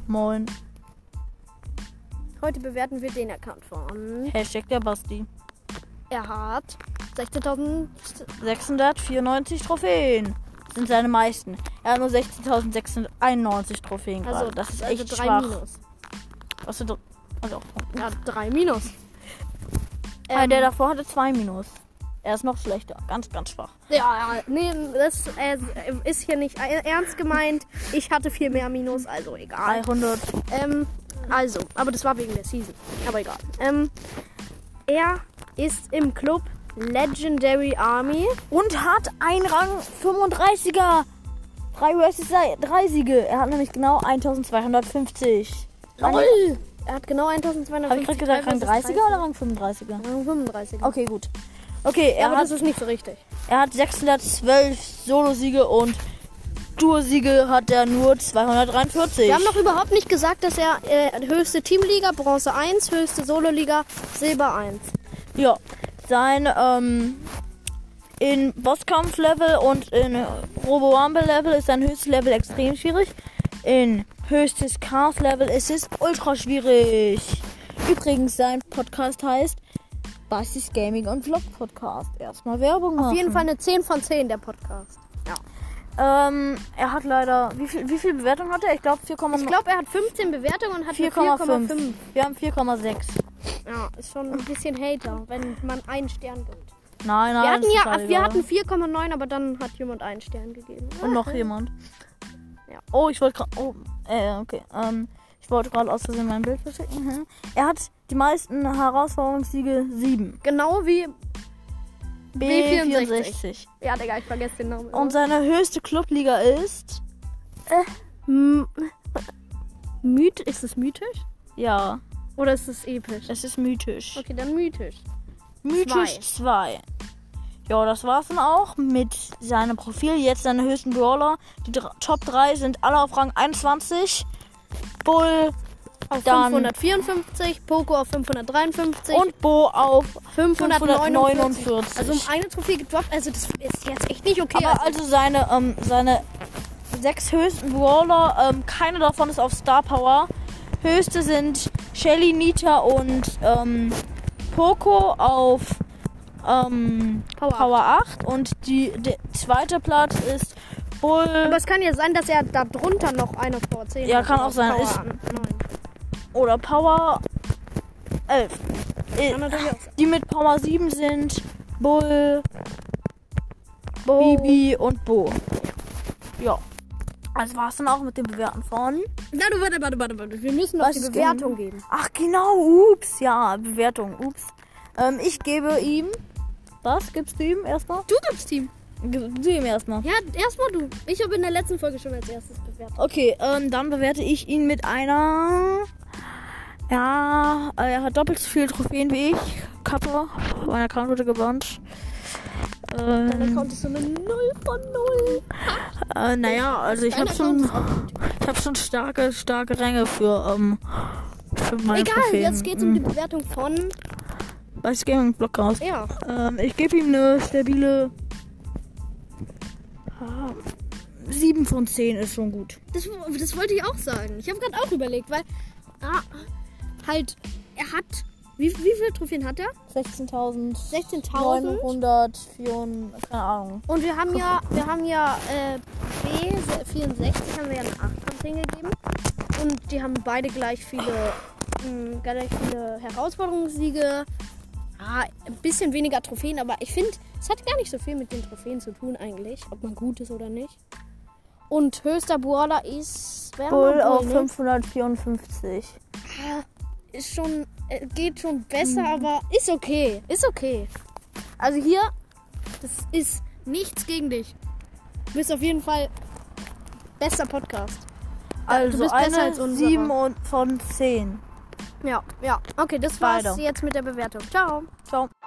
Moin. Heute bewerten wir den Account von. Hashtag der Basti. Er hat 16.000. 694 Trophäen. Das sind seine meisten. Er hat nur 16.691 Trophäen Also, gerade. Das ist also echt 3 schwach. Minus. Was ist also, Er hat 3 Minus. der davor hatte 2 Minus. Er ist noch schlechter. Ganz, ganz schwach. Ja, nee, das ist hier nicht ernst gemeint. Ich hatte viel mehr Minus, also egal. 300. Also, aber das war wegen der Season. Aber egal. Er ist im Club Legendary Army. Und hat einen Rang 35er. 3 vs 3 Siege. Er hat nämlich genau 1250. LOL! Er hat genau 1250. Habe ich gerade gesagt Rang 30er oder Rang 35er? Rang 35. Okay, gut. Okay, Aber das ist nicht so richtig. Er hat 612 Solo-Siege und Duo-Siege hat er nur 243. Wir haben noch überhaupt nicht gesagt, dass er höchste Teamliga, Bronze 1, höchste Solo-Liga, Silber 1. Ja, sein in Bosskampf-Level und in Robo-Rumble-Level ist sein höchstes Level extrem schwierig. In höchstes Cars-Level ist es ultra schwierig. Übrigens, sein Podcast heißt Bastis Gaming und Vlog Podcast. Erstmal Werbung machen. Auf jeden Fall eine 10 von 10, der Podcast. Ja. Er hat leider... Wie viel Bewertung hat er? Ich glaube 4,9. Ich glaube, er hat 15 Bewertungen und hat 4,5. Wir haben 4,6. Ja, ist schon ein bisschen Hater, wenn man einen Stern gibt. Nein, Wir hatten 4,9, aber dann hat jemand einen Stern gegeben. Und noch jemand. Ja. Oh, ich wollte gerade... Oh, okay. Ich wollte gerade aus Versehen mein Bild verschicken. Er hat die meisten Herausforderungssiege 7. Genau wie B64. Ja, Digga, ich vergesse den Namen. Und seine höchste Clubliga ist... Ist es mythisch? Ja, Oder ist es episch? es ist mythisch. Okay, dann mythisch. Mythisch 2. Ja, das war's dann auch mit seinem Profil. Jetzt seine höchsten Brawler. Die Top 3 sind alle auf Rang 21. Bull Auf dann 554, Poco auf 553 und Bo auf 549. 549. Also um eine Trophäe gedroppt. Also das ist jetzt echt nicht okay. Aber also seine 6 höchsten Brawler, keine davon ist auf Star Power. Höchste sind Shelly, Nita und Poco auf Power 8. Und der zweite Platz ist Bull. Aber es kann ja sein, dass er da drunter noch eine Power 10 Ja, hat. kann auch sein. Power Ist- 9. Oder Power 11. Kann natürlich auch sein. Die mit Power 7 sind Bull, Bibi und Bo. Ja. Also war es dann auch mit dem Bewerten von... Na, warte. Wir müssen noch Was die ist Bewertung geben. Ach genau, ups. Ja, Bewertung, ups. Ich gebe ihm... Was gibst du ihm erstmal? Du gibst Team. Gib du ihm erstmal. Ja, erstmal du. Ich habe in der letzten Folge schon als erstes bewertet. Okay, dann bewerte ich ihn mit einer... Ja, er hat doppelt so viele Trophäen wie ich. Kappe. Mein Account wurde gebannt. Dein Account ist so eine 0 von 0. Naja, also ich habe schon starke Ränge für meine Egal, Trophäen. jetzt geht's um die Bewertung von... Bei Gaming Blockhaus. Ja. Ich gebe ihm eine stabile 7 von 10 ist schon gut. Das wollte ich auch sagen. Ich habe gerade auch überlegt, weil... er hat... Wie viele Trophäen hat er? 16.000. 16.000. Keine Ahnung. Und wir haben ja B64 haben wir ja eine 8 von 10 gegeben. Und die haben beide gleich viele Herausforderungssiege. Ein bisschen weniger Trophäen, aber ich finde, es hat gar nicht so viel mit den Trophäen zu tun eigentlich, ob man gut ist oder nicht. Und höchster Brawler ist... Bull auf ne? 554. Ist schon, geht schon besser, aber ist okay. Ist okay. Also hier, das ist nichts gegen dich. Du bist auf jeden Fall bester Podcast. Also du bist besser eine als unserer. 7 von 10. Ja. Okay, das war's Beide. jetzt mit der Bewertung. Ciao. Ciao.